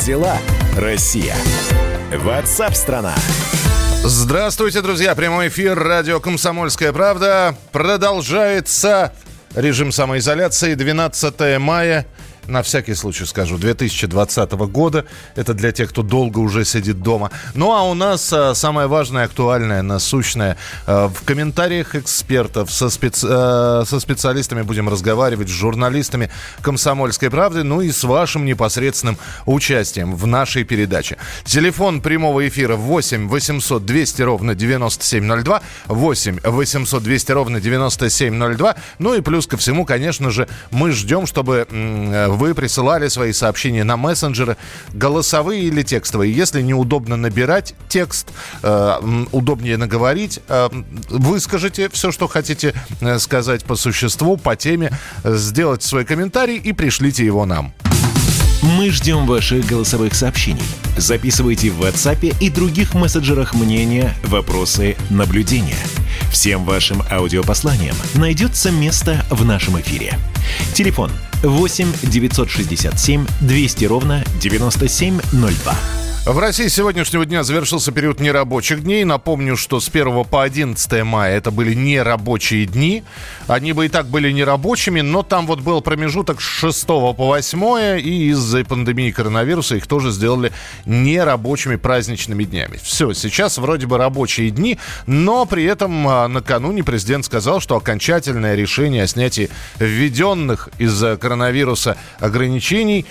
дела, Россия? WhatsApp-страна. Здравствуйте, друзья. Прямой эфир радио «Комсомольская правда». Продолжается режим самоизоляции. 12 мая. На всякий случай скажу, 2020 года. Это для тех, кто долго уже сидит дома. Ну, а у нас самое важное, актуальное, насущное. В комментариях экспертов со специалистами будем разговаривать, с журналистами «Комсомольской правды», ну и с вашим непосредственным участием в нашей передаче. Телефон прямого эфира 8 800 200 ровно 9702, 8 800 200 ровно 9702. Ну и плюс ко всему, конечно же, мы ждем, чтобы вы присылали свои сообщения на мессенджеры, голосовые или текстовые. Если неудобно набирать текст, удобнее наговорить, выскажите все, что хотите сказать по существу, по теме, сделайте свой комментарий и пришлите его нам. Мы ждем ваших голосовых сообщений. Записывайте в WhatsApp и других мессенджерах мнения, вопросы, наблюдения. Всем вашим аудиопосланиям найдется место в нашем эфире. Телефон 8 967 200 ровно 9702. В России с сегодняшнего дня завершился период нерабочих дней. Напомню, что с 1 по 11 мая это были нерабочие дни. Они бы и так были нерабочими, но там вот был промежуток с 6 по 8, и из-за пандемии коронавируса их тоже сделали нерабочими праздничными днями. Все, сейчас вроде бы рабочие дни, но при этом накануне президент сказал, что окончательное решение о снятии введенных из-за коронавируса ограничений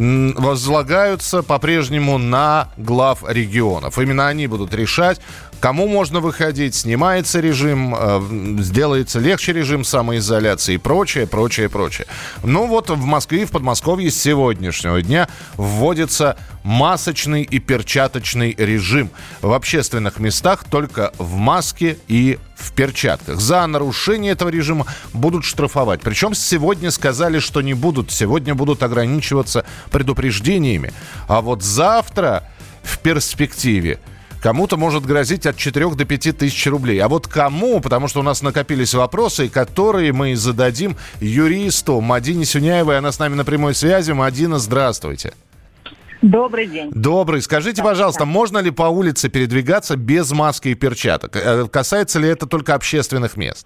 возлагаются по-прежнему на глав регионов. Именно они будут решать, кому можно выходить, снимается режим, сделается легче режим самоизоляции и прочее, прочее, прочее. Ну вот в Москве и в Подмосковье с сегодняшнего дня вводится масочный и перчаточный режим. В общественных местах только в маске и в перчатках. За нарушение этого режима будут штрафовать. Причем сегодня сказали, что не будут. Сегодня будут ограничиваться предупреждениями. А вот завтра в перспективе кому-то может грозить от 4 до 5 тысяч рублей. А вот кому? Потому что у нас накопились вопросы, которые мы зададим юристу Мадине Сюняевой. Она с нами на прямой связи. Мадина, здравствуйте. Добрый день. Добрый. Скажите, пожалуйста, можно ли по улице передвигаться без маски и перчаток? Касается ли это только общественных мест?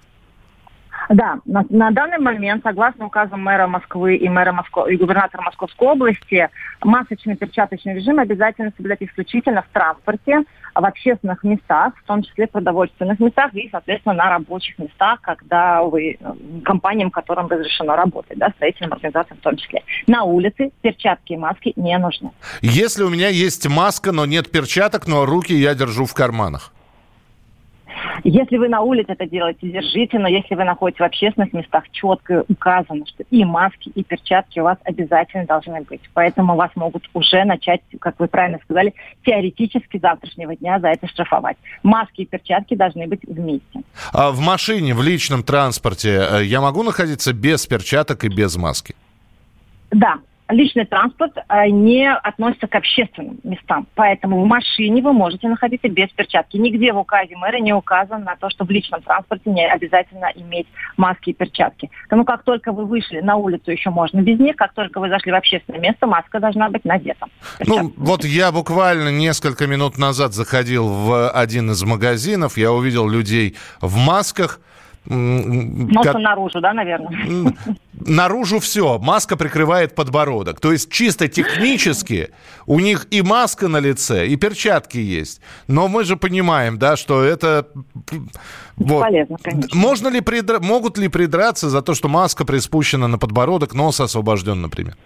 Да, на данный момент, согласно указам мэра Москвы и губернатора Московской области, масочный перчаточный режим обязательно соблюдать исключительно в транспорте, в общественных местах, в том числе в продовольственных местах и, соответственно, на рабочих местах, когда вы компаниям, которым разрешено работать, да, строительным организациям в том числе. На улице перчатки и маски не нужны. Если у меня есть маска, но нет перчаток, но руки я держу в карманах? Если вы на улице это делаете, держите, но если вы находитесь в общественных местах, четко указано, что и маски, и перчатки у вас обязательно должны быть. Поэтому вас могут уже начать, как вы правильно сказали, теоретически с завтрашнего дня за это штрафовать. Маски и перчатки должны быть вместе. А в машине, в личном транспорте я могу находиться без перчаток и без маски? Да. Личный транспорт не относится к общественным местам, поэтому в машине вы можете находиться без перчатки. Нигде в указе мэра не указано на то, что в личном транспорте не обязательно иметь маски и перчатки. Потому как только вы вышли на улицу, еще можно без них, как только вы зашли в общественное место, маска должна быть надета. Ну, вот я буквально несколько минут назад заходил в один из магазинов, я увидел людей в масках. Носом наружу, да, наверное? Наружу все. Маска прикрывает подбородок. То есть чисто технически у них и маска на лице, и перчатки есть. Но мы же понимаем, да, что это... Бесполезно, конечно. Могут ли придраться за то, что маска приспущена на подбородок, нос освобожден, например?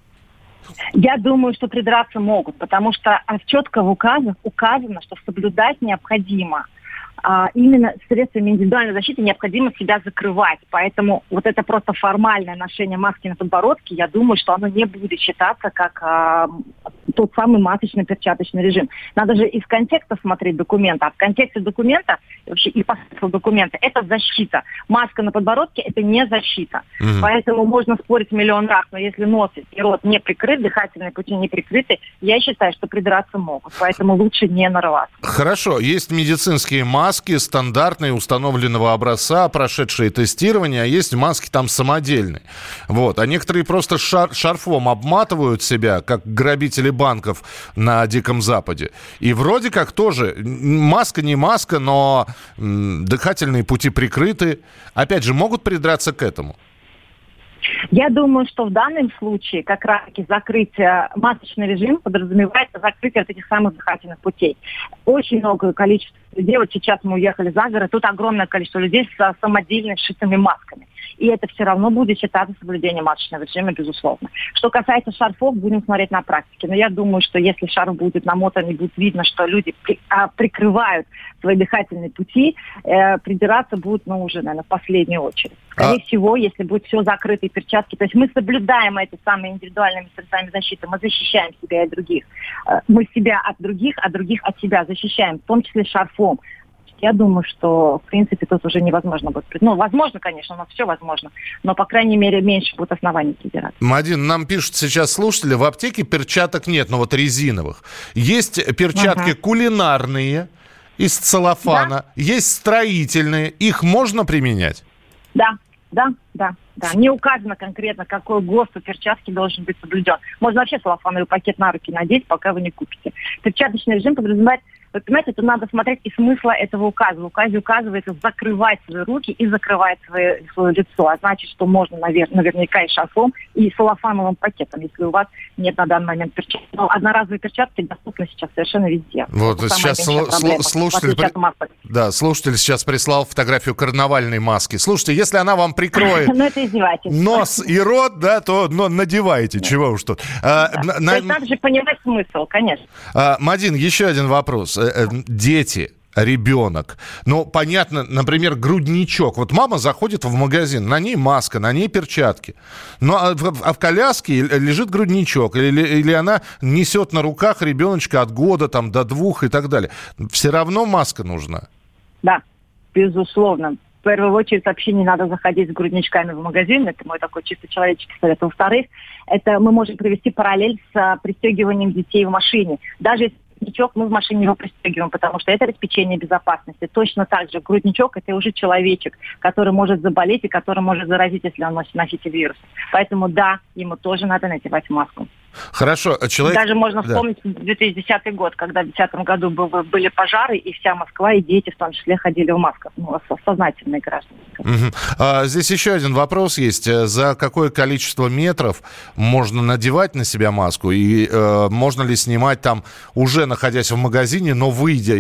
Я думаю, что придраться могут, потому что четко в указах указано, что соблюдать необходимо. Именно средствами индивидуальной защиты необходимо себя закрывать. Поэтому вот это просто формальное ношение маски на подбородке, я думаю, что оно не будет считаться как тот самый масочный перчаточный режим. Надо же из контекста смотреть документа. А в контексте документа вообще и по смыслу документа это защита. Маска на подбородке это не защита. Угу. Поэтому можно спорить миллион раз, но если нос и рот не прикрыт, дыхательные пути не прикрыты, я считаю, что придраться могут. Поэтому лучше не нарываться. Хорошо, есть медицинские маски, маски стандартные, установленного образца, прошедшие тестирование, а есть маски там самодельные. Вот. А некоторые просто шарфом обматывают себя, как грабители банков на Диком Западе. И вроде как тоже маска не маска, но дыхательные пути прикрыты. Опять же, могут придраться к этому? Я думаю, что в данном случае как раз-таки закрытие, масочный режим подразумевает закрытие этих самых дыхательных путей. Очень много количества людей, вот сейчас мы уехали за город, тут огромное количество людей с самодельными сшитыми масками. И это все равно будет считаться соблюдением масочного режима, безусловно. Что касается шарфов, будем смотреть на практике. Но я думаю, что если шарф будет намотан и будет видно, что люди прикрывают свои дыхательные пути, придираться будут, уже, наверное, в последнюю очередь. Скорее всего, если будет все закрыто и перчатки, то есть мы соблюдаем эти самые индивидуальными средствами защиты, мы защищаем себя и других. Мы себя от других, а других от себя защищаем, в том числе шарфом. Я думаю, что, в принципе, тут уже невозможно будет. Возможно, конечно, но все возможно. Но, по крайней мере, меньше будет оснований придираться. Мадин, нам пишут сейчас слушатели, в аптеке перчаток нет, но вот резиновых. Есть перчатки кулинарные из целлофана, есть строительные. Их можно применять? Да. Не указано конкретно, какой ГОСТ у перчатки должен быть соблюден. Можно вообще целлофановый пакет на руки надеть, пока вы не купите. Перчаточный режим подразумевает, вы понимаете, это надо смотреть и смысла этого указа. В указе указывается закрывать свои руки и закрывать свое лицо. А значит, что можно наверняка и шарфом, и целлофановым пакетом, если у вас нет на данный момент перчаток. Но одноразовые перчатки доступны сейчас совершенно везде. Вот это сейчас слушатель сейчас прислал фотографию карнавальной маски. Слушайте, если она вам прикроет нос и рот, да, то надевайте, чего уж тут. Надо же понимать смысл, конечно. Мадин, еще один вопрос. Дети, ребенок. Понятно, например, грудничок. Вот мама заходит в магазин, на ней маска, на ней перчатки. А в коляске лежит грудничок. Или она несет на руках ребеночка от года до 2 и так далее. Все равно маска нужна. Да, безусловно. В первую очередь вообще не надо заходить с грудничками в магазин. Это мой такой чисто человеческий совет. Во-вторых, это мы можем провести параллель с пристегиванием детей в машине. Даже если грудничок, мы в машине его пристегиваем, потому что это обеспечение безопасности. Точно так же грудничок – это уже человечек, который может заболеть и который может заразить, если он носитель вируса. Поэтому да, ему тоже надо надевать маску. Хорошо, человек... Даже можно вспомнить 2010 год, когда в 2010 году были пожары, и вся Москва, и дети в том числе ходили в масках. Сознательные граждане. Здесь еще один вопрос есть. За какое количество метров можно надевать на себя маску? И можно ли снимать уже находясь в магазине, но выйдя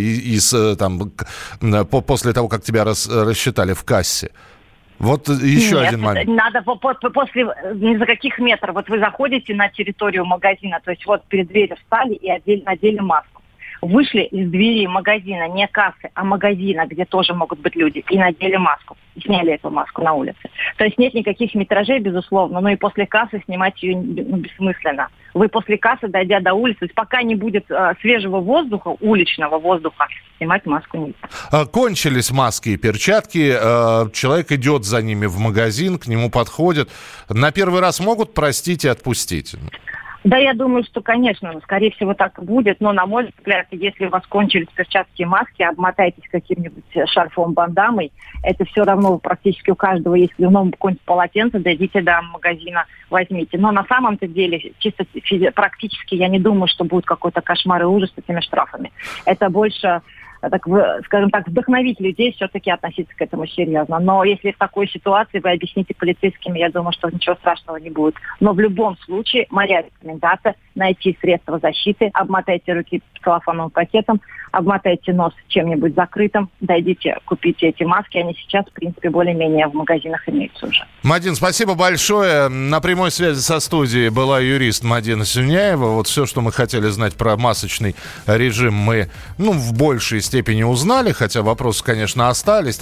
после того, как тебя рассчитали в кассе? Вот еще один момент. Надо после за каких метров. Вот вы заходите на территорию магазина, то есть вот перед дверью встали и надели маску. Вышли из двери магазина, не кассы, а магазина, где тоже могут быть люди, и надели маску. И сняли эту маску на улице. То есть нет никаких метражей, безусловно, но и после кассы снимать ее бессмысленно. Вы после кассы, дойдя до улицы, то есть пока не будет свежего воздуха, уличного воздуха, снимать маску нельзя. Кончились маски и перчатки, человек идет за ними в магазин, к нему подходят. На первый раз могут простить и отпустить? Да, я думаю, что, конечно, скорее всего, так и будет. Но, на мой взгляд, если у вас кончились перчатки и маски, обмотайтесь каким-нибудь шарфом, бандамой. Это все равно практически у каждого есть какое-нибудь полотенце, дойдите до магазина, возьмите. Но на самом-то деле, чисто практически, я не думаю, что будет какой-то кошмар и ужас с этими штрафами. Это больше... скажем так, вдохновить людей все-таки относиться к этому серьезно. Но если в такой ситуации вы объясните полицейским, я думаю, что ничего страшного не будет. Но в любом случае, моя рекомендация – найти средства защиты, обмотайте руки целлофановым пакетом, обмотайте нос чем-нибудь закрытым, дойдите, купите эти маски, они сейчас, в принципе, более-менее в магазинах имеются уже. Мадин, спасибо большое. На прямой связи со студией была юрист Мадина Сюняева. Вот все, что мы хотели знать про масочный режим, мы, в большей степени узнали, хотя вопросы, конечно, остались.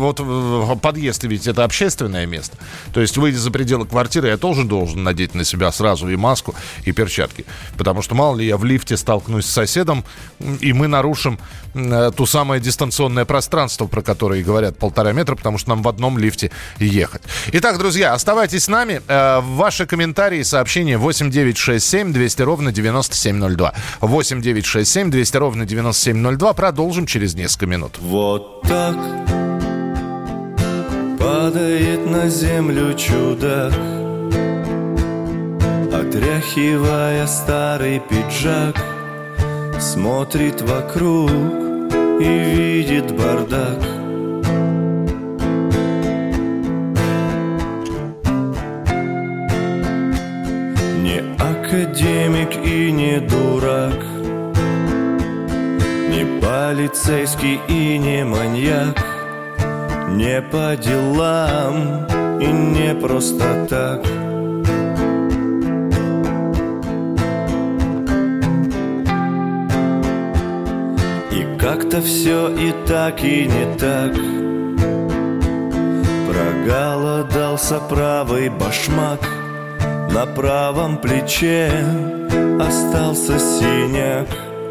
Подъезд, ведь это общественное место. То есть, выйдя за пределы квартиры, я тоже должен надеть на себя сразу и маску, и перчатки. Потому что, мало ли, я в лифте столкнусь с соседом, и мы нарушим то самое дистанционное пространство, про которое говорят 1,5 метра, потому что нам в одном лифте ехать. Итак, друзья, оставайтесь с нами. Ваши комментарии, сообщения 8 9 6 7 200 ровно 9702. 8 9 6 7 200 ровно 9702. Продолжим продолжим через несколько минут. Вот так падает на землю чудак, отряхивая старый пиджак, смотрит вокруг и видит бардак. Не академик и не дурак, не полицейский и не маньяк, не по делам и не просто так. И как-то все и так, и не так. Проголодался правый башмак, на правом плече остался синяк.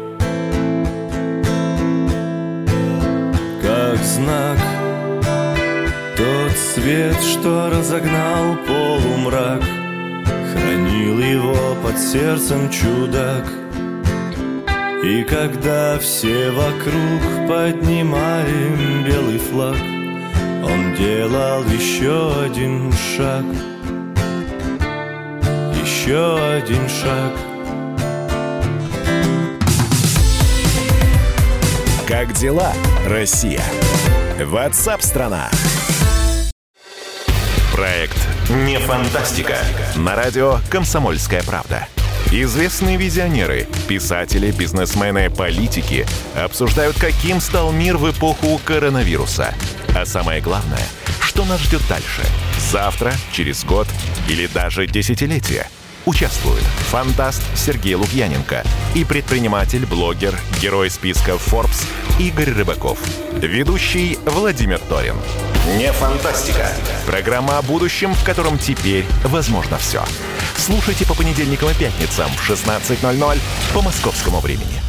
Как знак, тот свет, что разогнал полумрак, хранил его под сердцем чудак. И когда все вокруг поднимали белый флаг, он делал еще один шаг, еще один шаг. Как дела, Россия? WhatsApp-страна. Проект «Не фантастика» на радио «Комсомольская правда». Известные визионеры, писатели, бизнесмены, политики обсуждают, каким стал мир в эпоху коронавируса. А самое главное, что нас ждет дальше? Завтра, через год или даже десятилетие? Участвуют фантаст Сергей Лукьяненко и предприниматель, блогер, герой списка Forbes Игорь Рыбаков. Ведущий Владимир Торин. «Не фантастика». Программа о будущем, в котором теперь возможно все. Слушайте по понедельникам и пятницам в 16:00 по московскому времени.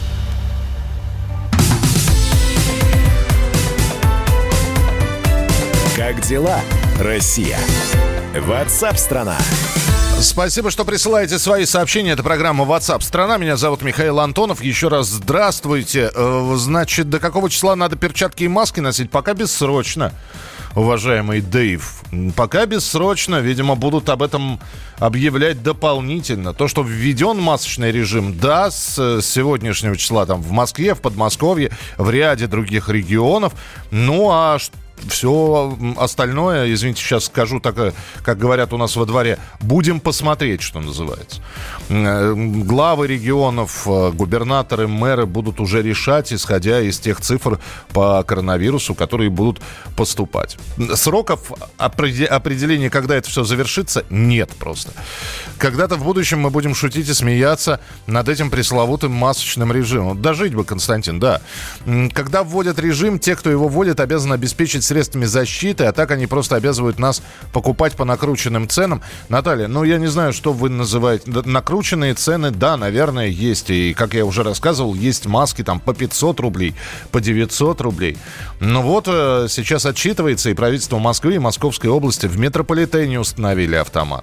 Как дела, Россия? WhatsApp-страна. Спасибо, что присылаете свои сообщения. Это программа WhatsApp страна. Меня зовут Михаил Антонов. Еще раз здравствуйте. Значит, до какого числа надо перчатки и маски носить? Пока бессрочно, уважаемый Дэйв. Пока бессрочно. Видимо, будут об этом объявлять дополнительно. То, что введен масочный режим, да, с сегодняшнего числа там в Москве, в Подмосковье, в ряде других регионов. Ну, а все остальное, извините, сейчас скажу так, как говорят у нас во дворе, будем посмотреть, что называется. Главы регионов, губернаторы, мэры будут уже решать, исходя из тех цифр по коронавирусу, которые будут поступать. Сроков определения, когда это все завершится, нет просто. Когда-то в будущем мы будем шутить и смеяться над этим пресловутым масочным режимом. Дожить бы, Константин, да. Когда вводят режим, те, кто его вводит, обязаны обеспечить средствами защиты, а так они просто обязывают нас покупать по накрученным ценам. Наталья, ну я не знаю, что вы называете. Накрученные цены, да, наверное, есть. И, как я уже рассказывал, есть маски там по 500 рублей, по 900 рублей. Но вот сейчас отчитывается и правительство Москвы и Московской области. В метрополитене установили автомат.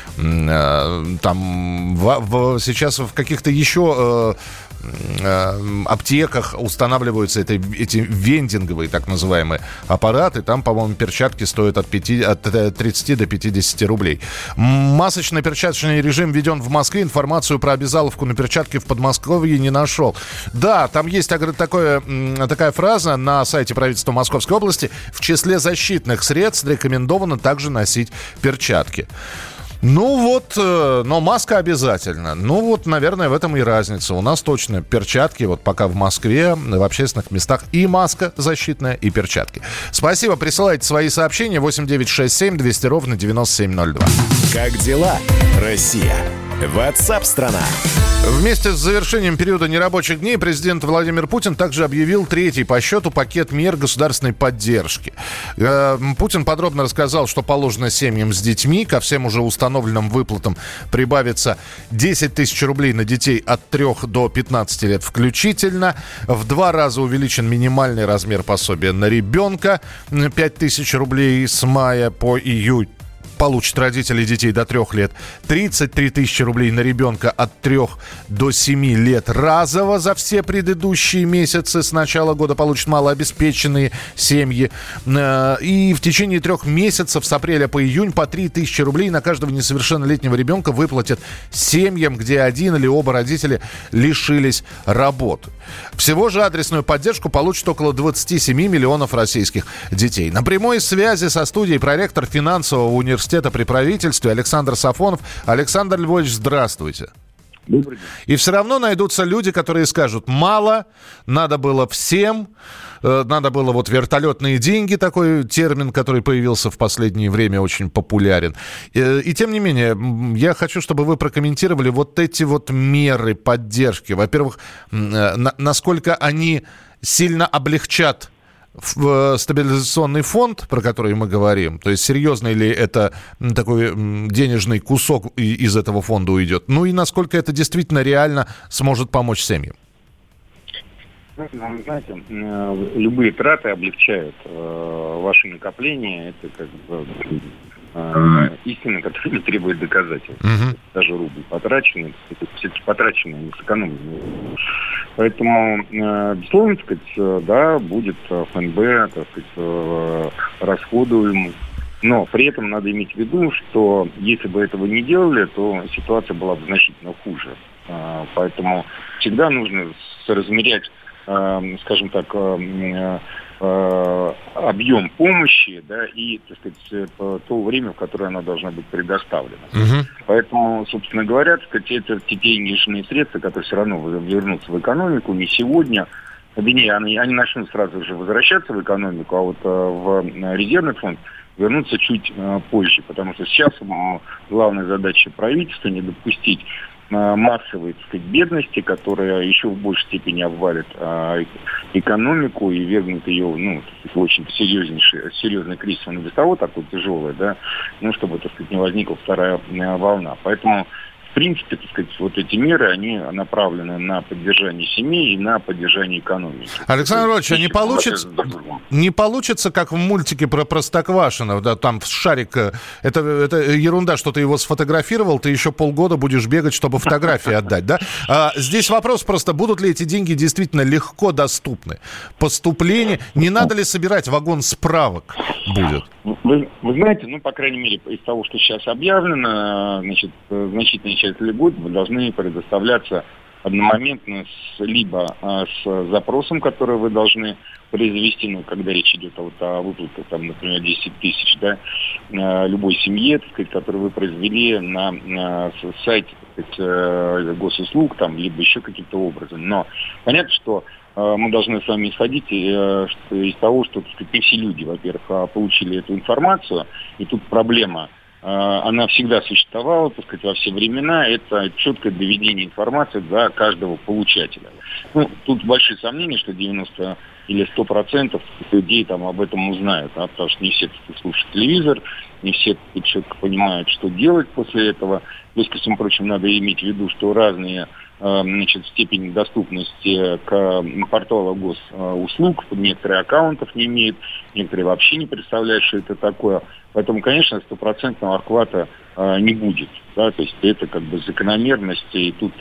Там сейчас в каких-то еще аптеках устанавливаются эти вендинговые так называемые аппараты. Там, по-моему, перчатки стоят от 30 до 50 рублей. Масочный перчаточный режим введен в Москве. Информацию про обязаловку на перчатки в Подмосковье не нашел. Да, там есть такая фраза на сайте правительства Московской области. В числе защитных средств рекомендовано также носить перчатки. Ну вот, но маска обязательно. Ну вот, наверное, в этом и разница. У нас точно перчатки, вот пока в Москве, в общественных местах и маска защитная, и перчатки. Спасибо, присылайте свои сообщения 8967 200 ровно 9702. Как дела, Россия? WhatsApp-страна. Вместе с завершением периода нерабочих дней президент Владимир Путин также объявил третий по счету пакет мер государственной поддержки. Путин подробно рассказал, что положено семьям с детьми. Ко всем уже установленным выплатам прибавится 10 тысяч рублей на детей от 3 до 15 лет включительно. В 2 раза увеличен минимальный размер пособия на ребенка. 5 тысяч рублей с мая по июнь. получат родители детей до 3 лет. 33 тысячи рублей на ребенка от 3 до 7 лет разово за все предыдущие месяцы с начала года получат малообеспеченные семьи. И в течение 3 месяцев с апреля по июнь по 3 тысячи рублей на каждого несовершеннолетнего ребенка выплатят семьям, где один или оба родителя лишились работы. Всего же адресную поддержку получат около 27 миллионов российских детей. На прямой связи со студией проректор финансового университета при правительстве Александр Сафонов. Александр Львович, здравствуйте. Добрый день. И все равно найдутся люди, которые скажут: мало, надо было всем, надо было вот вертолетные деньги, такой термин, который появился в последнее время, очень популярен. И тем не менее, я хочу, чтобы вы прокомментировали вот эти вот меры поддержки. Во-первых, насколько они сильно облегчат в стабилизационный фонд, про который мы говорим, то есть серьезный ли это такой денежный кусок из этого фонда уйдет, ну и насколько это действительно реально сможет помочь семьям? Знаете, любые траты облегчают ваши накопления, это как бы истина, которая не требует доказательств. Даже рубль потраченный, все-таки потраченный, а не сэкономленный. Поэтому, безусловно, так сказать, да, будет ФНБ, так сказать, расходуемый. Но при этом надо иметь в виду, что если бы этого не делали, то ситуация была бы значительно хуже. Поэтому всегда нужно соразмерять, скажем так, объем помощи, да, и, так сказать, то время, в которое она должна быть предоставлена. Поэтому, собственно говоря, так сказать, это те денежные средства, которые все равно вернутся в экономику, не сегодня, вернее, они начнут сразу же возвращаться в экономику, а вот в резервный фонд вернуться чуть позже, потому что сейчас главная задача правительства не допустить массовой, так сказать, бедности, которая еще в большей степени обвалит экономику и вергнет ее, ну, в очень серьезный кризис, он и без того такой тяжелый, да, ну, чтобы, так сказать, не возникла вторая волна. Поэтому, в принципе, так сказать, вот эти меры, они направлены на поддержание семей и на поддержание экономики. Александр Иванович, не получится, как в мультике про Простоквашино, да, там шарик, это ерунда, что ты его сфотографировал, ты еще полгода будешь бегать, чтобы фотографии отдать, да? Здесь вопрос просто, будут ли эти деньги действительно легко доступны? Поступление, не надо ли собирать вагон справок будет? Вы знаете, ну, по крайней мере, из того, что сейчас объявлено, значит, значительная часть льгот должны предоставляться одномоментно либо с запросом, который вы должны произвести, ну, когда речь идет о выплатах, там, например, 10 тысяч, да, любой семье, так сказать, которую вы произвели на сайте, так сказать, госуслуг, там, либо еще каким-то образом. Но понятно, что мы должны с вами исходить из того, что, так сказать, не все люди, во-первых, получили эту информацию, и тут проблема, она всегда существовала, так сказать, во все времена, это четкое доведение информации до каждого получателя. Ну, тут большие сомнения, что 90 или 100% людей там об этом узнают, потому что не все слушают телевизор, не все четко понимают, что делать после этого. Плюс, ко всему прочему, надо иметь в виду, что разные, значит, степени доступности к порталу госуслуг, некоторые аккаунтов не имеют, некоторые вообще не представляют, что это такое. Поэтому, конечно, 100% охвата не будет. Да? То есть это как бы закономерность, и тут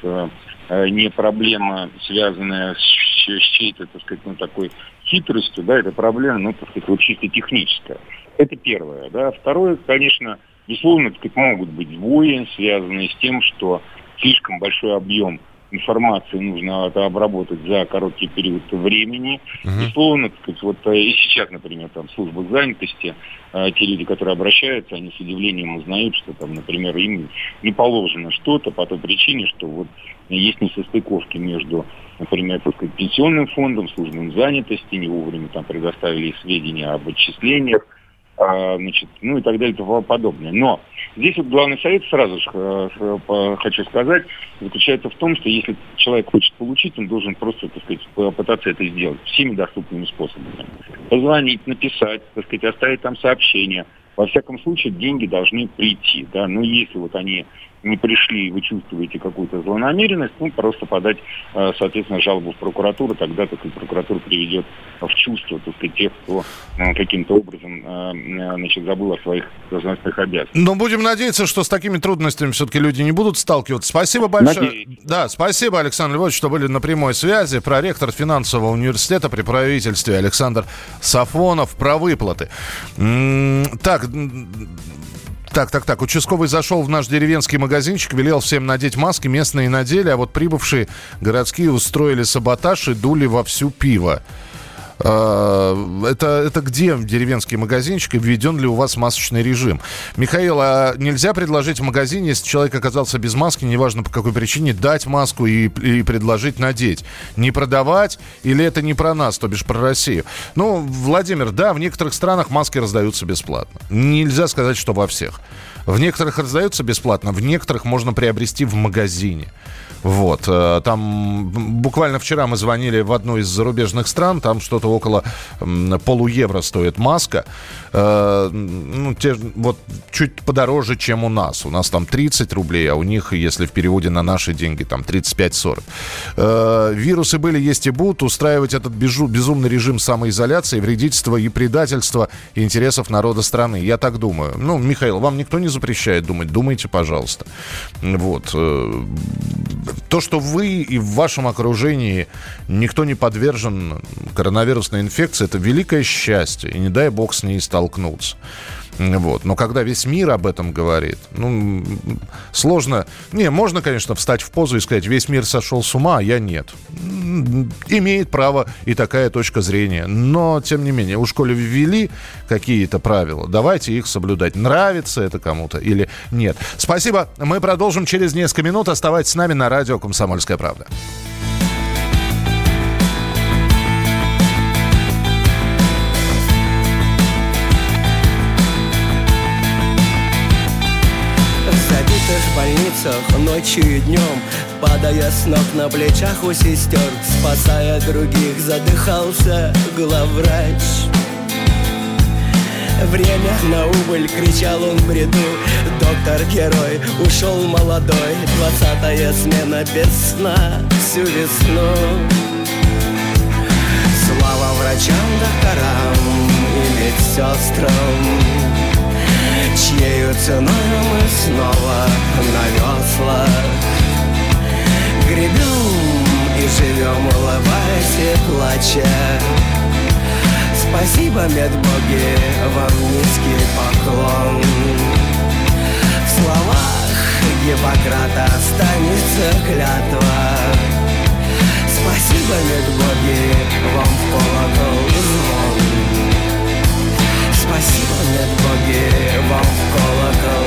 не проблема, связанная с чьей-то, так сказать, ну, такой хитростью, да, это проблема, ну, так сказать, вот чисто техническая. Это первое, да. Второе, конечно, безусловно, так сказать, могут быть сбои, связанные с тем, что слишком большой объем информации нужно обработать за короткий период времени. Безусловно, так сказать, вот и сейчас, например, там в службах занятости те люди, которые обращаются, они с удивлением узнают, что там, например, им не положено что-то по той причине, что вот есть несостыковки между, например, так сказать, пенсионным фондом, службой занятости, не вовремя там предоставили сведения об отчислениях, значит, ну и так далее и тому подобное. Но здесь вот главный совет, сразу же хочу сказать, заключается в том, что если человек хочет получить, он должен просто, так сказать, попытаться это сделать всеми доступными способами. Позвонить, написать, так сказать, оставить там сообщение. Во всяком случае, деньги должны прийти, да, но если вот они не пришли, и вы чувствуете какую-то злонамеренность, просто подать, соответственно, жалобу в прокуратуру, тогда только прокуратура приведет в чувство, так сказать, тех, кто каким-то образом, забыл о своих должностных обязанностях. Но будем надеяться, что с такими трудностями все-таки люди не будут сталкиваться. Спасибо большое. Надеюсь. Да, спасибо, Александр Львович, что были на прямой связи. Проректор финансового университета при правительстве Александр Сафонов про выплаты. Так. Участковый зашел в наш деревенский магазинчик, велел всем надеть маски, местные надели, а вот прибывшие городские устроили саботаж и дули вовсю пиво. Это где деревенский магазинчик и введен ли у вас масочный режим? Михаил, а нельзя предложить в магазине, если человек оказался без маски, неважно по какой причине, дать маску и предложить надеть? Не продавать или это не про нас, то бишь про Россию? Владимир, да, в некоторых странах маски раздаются бесплатно. Нельзя сказать, что во всех. В некоторых раздаются бесплатно, в некоторых можно приобрести в магазине. Вот. Там буквально вчера мы звонили в одну из зарубежных стран, там что-то около полуевро стоит маска. Чуть подороже, чем у нас. У нас там 30 рублей, а у них, если в переводе на наши деньги, там 35-40. Вирусы были, есть и будут. Устраивать этот безумный режим самоизоляции, вредительства и предательства интересов народа страны. Я так думаю. Михаил, вам никто не запрещает думать. Думайте, пожалуйста. Вот. То, что вы и в вашем окружении никто не подвержен коронавирусной инфекции, это великое счастье. И не дай бог с ней столкнуться. Вот. Но когда весь мир об этом говорит, сложно. Можно, конечно, встать в позу и сказать, весь мир сошел с ума, а я нет. Имеет право и такая точка зрения. Но, тем не менее, уж коли ввели какие-то правила, давайте их соблюдать. Нравится это кому-то или нет. Спасибо. Мы продолжим через несколько минут. Оставайтесь с нами на радио «Комсомольская правда». В больницах ночью и днем, падая с ног на плечах у сестер, спасая других, задыхался главврач. Время на убыль, кричал он в бреду. Доктор-герой ушел молодой, 20-я смена без сна всю весну. Слава врачам, докторам и медсестрам, чьею ценой мы снова на веслах гребем и живем, улыбаясь и плача. Спасибо, медбоги, вам низкий поклон. В словах Гиппократа останется клятва. Спасибо, медбоги, вам в колокол звон. Спасибо, медбоги, вам в колокол.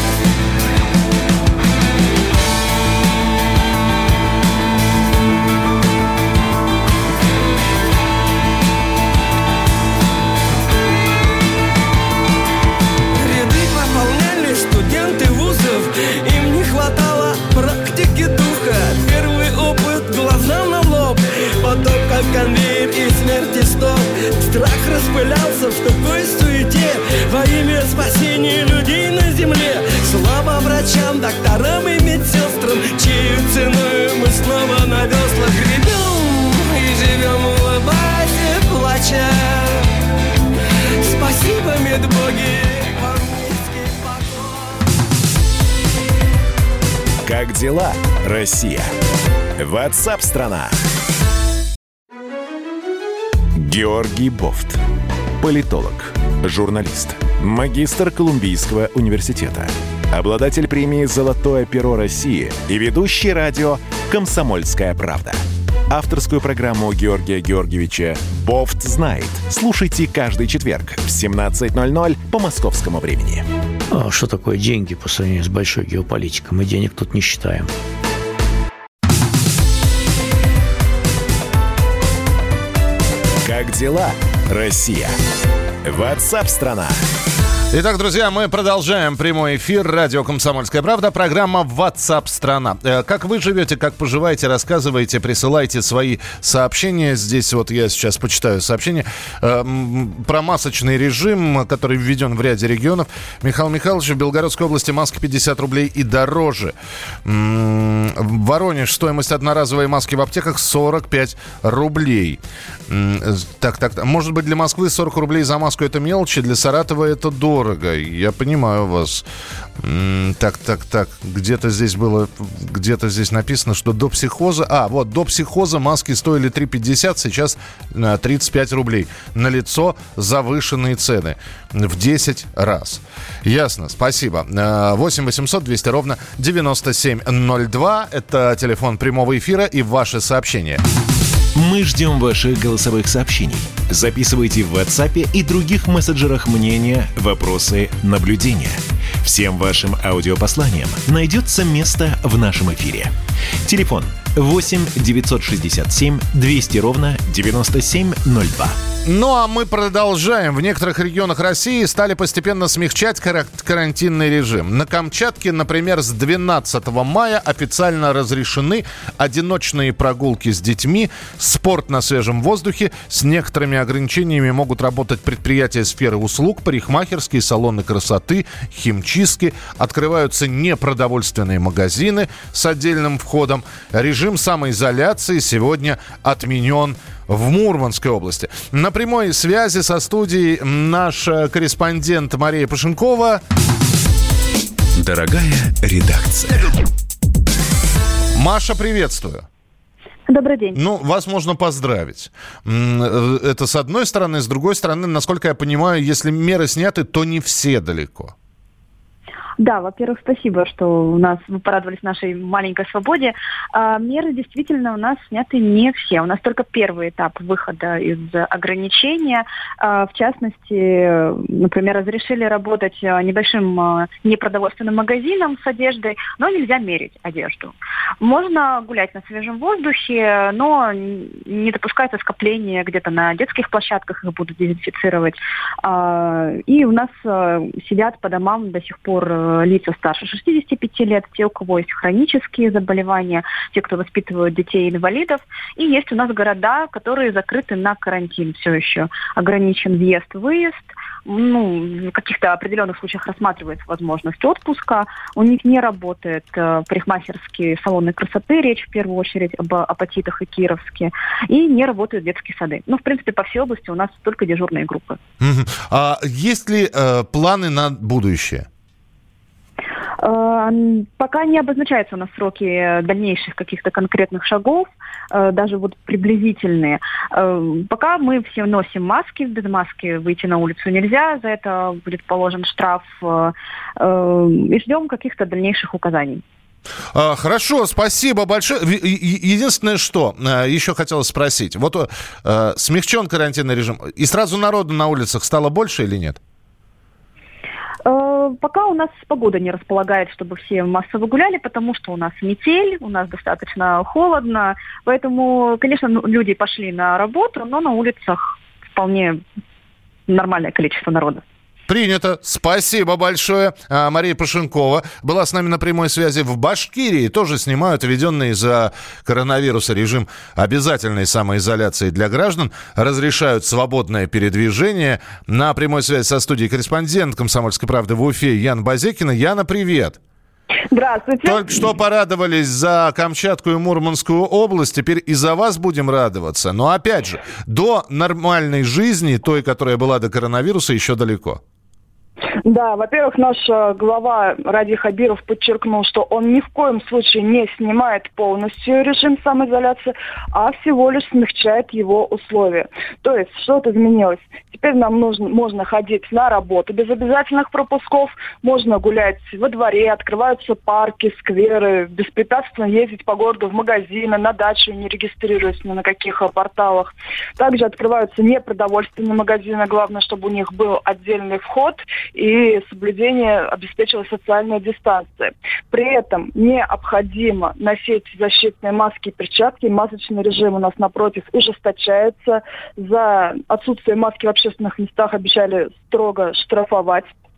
Ряды пополняли студенты вузов, им не хватало практики духа. Первый опыт глазам на лоб, потом как конвейер и смерти стоп. Страх распылялся в такой суете во имя спасения людей на земле. Слава врачам, докторам и медсестрам, чьей ценой мы снова на веслах гребем и живем, улыбаясь и плача. Спасибо, медбоги, вам низкий поклон. Как дела, Россия? WhatsApp-страна. Георгий Бофт. Политолог, журналист, магистр Колумбийского университета, обладатель премии «Золотое перо России» и ведущий радио «Комсомольская правда». Авторскую программу Георгия Георгиевича «Бофт знает». Слушайте каждый четверг в 17:00 по московскому времени. А что такое деньги по сравнению с большой геополитикой? Мы денег тут не считаем. Как дела, Россия? WhatsApp-страна. Итак, друзья, мы продолжаем прямой эфир. Радио «Комсомольская правда». Программа WhatsApp страна. Как вы живете, как поживаете, рассказывайте, присылайте свои сообщения. Здесь вот я сейчас почитаю сообщение про масочный режим, который введен в ряде регионов. Михаил Михайлович, в Белгородской области маски 50 рублей и дороже. Воронеж, стоимость одноразовой маски в аптеках 45 рублей. Так. Может быть, для Москвы 40 рублей за маску это мелочи, для Саратова это дорого. Я понимаю вас. Так. Где-то здесь написано, что до психоза... до психоза маски стоили 3,50, сейчас 35 рублей. Налицо завышенные цены в 10 раз. Ясно, спасибо. 8 800 200 ровно 9702. Это телефон прямого эфира и ваши сообщения. Мы ждем ваших голосовых сообщений. Записывайте в WhatsApp и других мессенджерах мнения, вопросы, наблюдения. Всем вашим аудиопосланиям найдется место в нашем эфире. Телефон 8 967 200 ровно 9702. Ну а мы продолжаем. В некоторых регионах России стали постепенно смягчать карантинный режим. На Камчатке, например, с 12 мая официально разрешены одиночные прогулки с детьми, спорт на свежем воздухе. С некоторыми ограничениями могут работать предприятия сферы услуг, парикмахерские, салоны красоты, химчистки. Открываются непродовольственные магазины с отдельным входом. Режим самоизоляции сегодня отменен в Мурманской области. На прямой связи со студией наш корреспондент Мария Пашенкова. Дорогая редакция. Маша, приветствую. Добрый день. Вас можно поздравить. Это с одной стороны. С другой стороны, насколько я понимаю, если меры сняты, то не все далеко. Да, во-первых, спасибо, что вы порадовались нашей маленькой свободе. Меры действительно у нас сняты не все. У нас только первый этап выхода из ограничения. В частности, например, разрешили работать небольшим непродовольственным магазином с одеждой, но нельзя мерить одежду. Можно гулять на свежем воздухе, но не допускается скопления где-то на детских площадках, их будут дезинфицировать. И у нас сидят по домам до сих пор лица старше 65 лет, те, у кого есть хронические заболевания, те, кто воспитывают детей-инвалидов. И есть у нас города, которые закрыты на карантин все еще. Ограничен въезд-выезд. В каких-то определенных случаях рассматривается возможность отпуска. У них не работают парикмахерские салоны красоты, речь в первую очередь об Апатитах и Кировске, и не работают детские сады. В принципе, по всей области у нас только дежурные группы. А есть ли планы на будущее? Пока не обозначаются у нас сроки дальнейших каких-то конкретных шагов, даже приблизительные. Пока мы все носим маски, без маски выйти на улицу нельзя, за это будет положен штраф, и ждем каких-то дальнейших указаний. Хорошо, спасибо большое. Единственное, что еще хотелось спросить. Смягчен карантинный режим, и сразу народу на улицах стало больше или нет? Пока у нас погода не располагает, чтобы все массово гуляли, потому что у нас метель, у нас достаточно холодно. Поэтому, конечно, люди пошли на работу, но на улицах вполне нормальное количество народа. Принято. Спасибо большое. Мария Пашенкова была с нами на прямой связи. В Башкирии тоже снимают введенный из-за коронавируса режим обязательной самоизоляции для граждан. Разрешают свободное передвижение. На прямой связи со студией корреспондент «Комсомольской правды» в Уфе Яна Базекина. Яна, привет. Здравствуйте. Только что порадовались за Камчатку и Мурманскую область, теперь и за вас будем радоваться. Но опять же, до нормальной жизни, той, которая была до коронавируса, еще далеко. Да, во-первых, наш глава Ради Хабиров подчеркнул, что он ни в коем случае не снимает полностью режим самоизоляции, а всего лишь смягчает его условия. То есть что-то изменилось. Теперь нам можно ходить на работу без обязательных пропусков, можно гулять во дворе, открываются парки, скверы, беспрепятственно ездить по городу в магазины, на дачу, не регистрируясь ни на каких порталах. Также открываются непродовольственные магазины, главное, чтобы у них был отдельный вход и соблюдение обеспечивалась социальная дистанция. При этом необходимо носить защитные маски и перчатки. Масочный режим у нас, напротив, ужесточается. За отсутствие маски в общественных местах обещали строго штрафовать.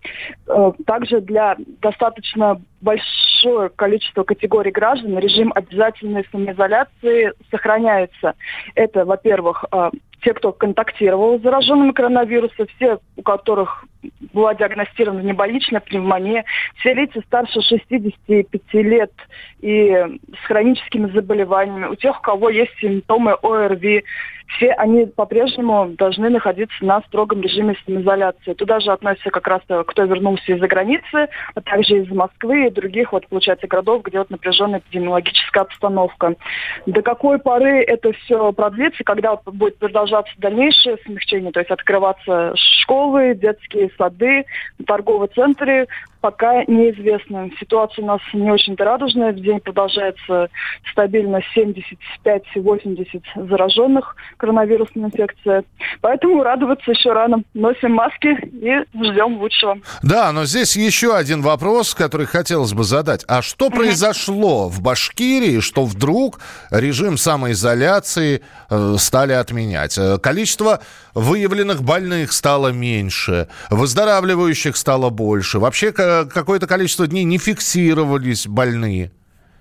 Также для достаточно большое количество категорий граждан режим обязательной самоизоляции сохраняется. Это, во-первых, те, кто контактировал с зараженными коронавирусом, все, у которых была диагностирована внебольничная пневмония, все лица старше 65 лет и с хроническими заболеваниями, у тех, у кого есть симптомы ОРВИ, все они по-прежнему должны находиться на строгом режиме самоизоляции. Туда же относятся как раз кто вернулся из-за границы, а также из Москвы и других, получается, городов, где напряженная эпидемиологическая обстановка. До какой поры это все продлится, когда будет продолжаться дальнейшее смягчение, то есть открываться школы, детские сады, торговые центры, пока неизвестно. Ситуация у нас не очень-то радужная. В день продолжается стабильно 75-80 зараженных коронавирусной инфекцией. Поэтому радоваться еще рано. Носим маски и ждем лучшего. Да, но здесь еще один вопрос, который хотелось бы задать. А что произошло в Башкирии, что вдруг режим самоизоляции стали отменять? Количество выявленных больных стало меньше, выздоравливающих стало больше. Вообще какое-то количество дней не фиксировались больные.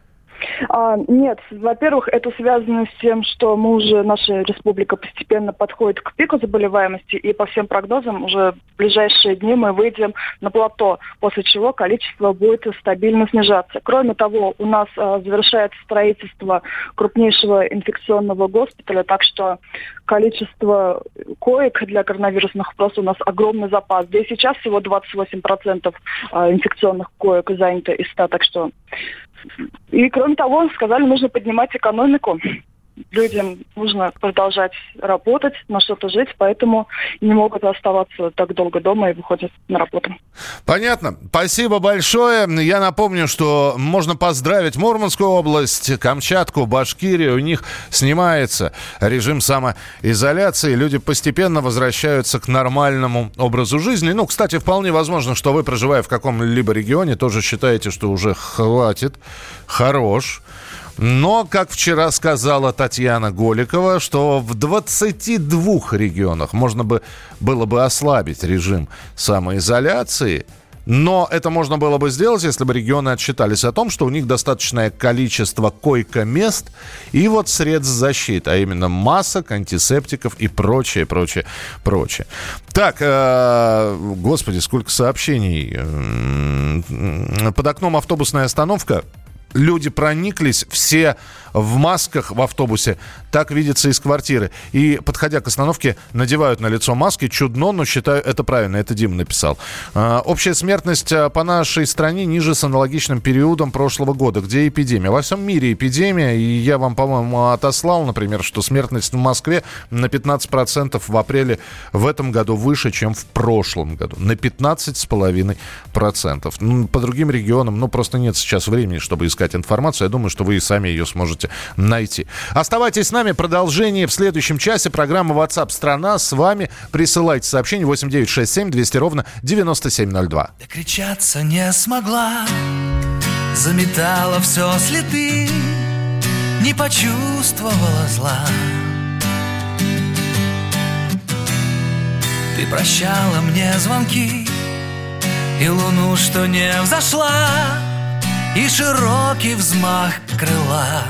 Нет, во-первых, это связано с тем, что наша республика постепенно подходит к пику заболеваемости, и по всем прогнозам уже в ближайшие дни мы выйдем на плато, после чего количество будет стабильно снижаться. Кроме того, у нас завершается строительство крупнейшего инфекционного госпиталя, так что количество коек для коронавирусных просто у нас огромный запас. Да и сейчас всего 28% инфекционных коек занято из 100, так что... И, кроме того, сказали, нужно поднимать экономику. Людям нужно продолжать работать, на что-то жить, поэтому не могут оставаться так долго дома и выходят на работу. Понятно. Спасибо большое. Я напомню, что можно поздравить Мурманскую область, Камчатку, Башкирию. У них снимается режим самоизоляции. Люди постепенно возвращаются к нормальному образу жизни. Ну, кстати, вполне возможно, что вы, проживая в каком-либо регионе, тоже считаете, что уже хватит, хорош. Но, как вчера сказала Татьяна Голикова, что в 22 регионах можно было бы ослабить режим самоизоляции, но это можно было бы сделать, если бы регионы отчитались о том, что у них достаточное количество койко-мест и вот средств защиты, а именно масок, антисептиков и прочее. Так, господи, сколько сообщений. Под окном автобусная остановка. Люди прониклись, все в масках в автобусе, так видится из квартиры. И, подходя к остановке, надевают на лицо маски. Чудно, но считаю, это правильно. Это Дима написал. Общая смертность по нашей стране ниже с аналогичным периодом прошлого года, где эпидемия. Во всем мире эпидемия. И я вам, по-моему, отослал, например, что смертность в Москве на 15% в апреле в этом году выше, чем в прошлом году. На 15,5%. По другим регионам, просто нет сейчас времени, чтобы искать информацию. Я думаю, что вы и сами ее сможете найти. Оставайтесь с нами. Продолжение в следующем часе. Программа WhatsApp страна с вами. Присылайте сообщение 8967-200-97-02. Докричаться не смогла, заметала все следы, не почувствовала зла. Ты прощала мне звонки и луну, что не взошла, и широкий взмах крыла.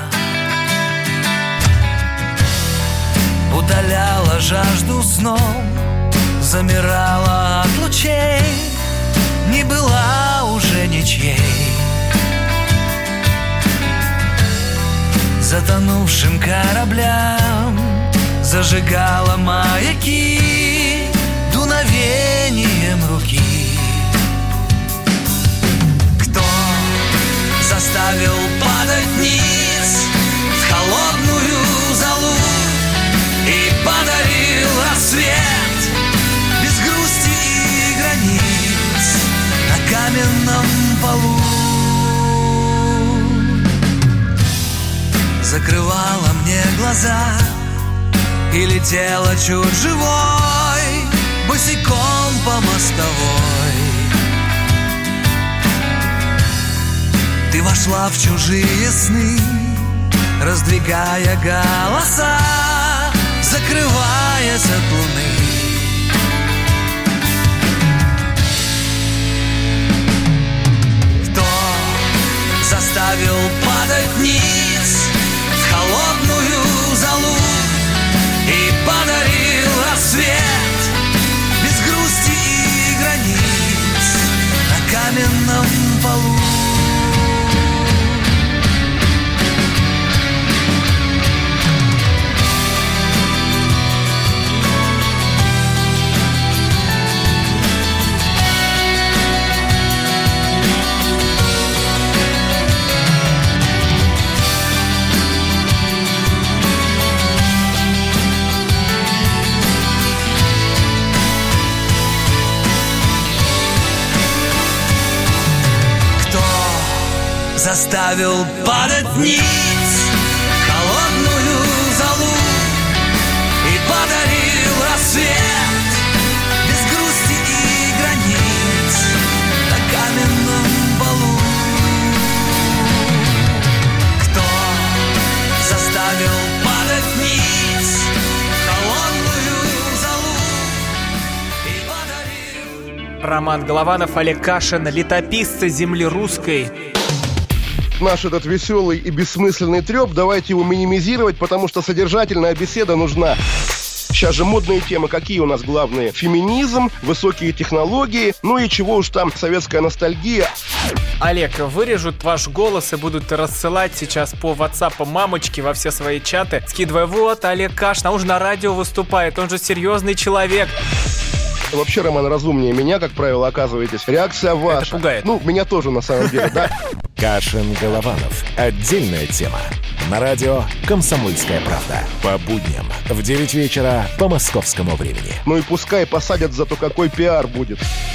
Удаляла жажду сном, замирала от лучей, не была уже ничьей. Затонувшим кораблям зажигала маяки дуновением руки. Заставил падать вниз в холодную золу и подарил рассвет без грусти и границ на каменном полу. Закрывала мне глаза и летела чуть живой босиком по мостовой. Ты вошла в чужие сны, раздвигая голоса, закрываясь от луны. заставил падать ниц холодную золу и подарил рассвет без грусти и границ на каменном полу. Кто заставил падать ниц холодную золу и подарил... Роман Голованов, Олег Кашин, летописцы земли русской. Наш этот веселый и бессмысленный треп, давайте его минимизировать, потому что содержательная беседа нужна. Сейчас же модные темы, какие у нас главные? Феминизм, высокие технологии, ну и чего уж там, советская ностальгия. Олег, вырежут ваш голос и будут рассылать сейчас по WhatsApp мамочки во все свои чаты, скидывая: вот, Олег Кашин, он же на радио выступает, он же серьезный человек. Вообще, Роман, разумнее меня, как правило, оказываетесь. Реакция ваша. Это пугает. Ну, меня тоже, на самом деле, да. Кашин-Голованов. Отдельная тема. На радио «Комсомольская правда». По будням в 9 вечера по московскому времени. Ну и пускай посадят, зато какой пиар будет.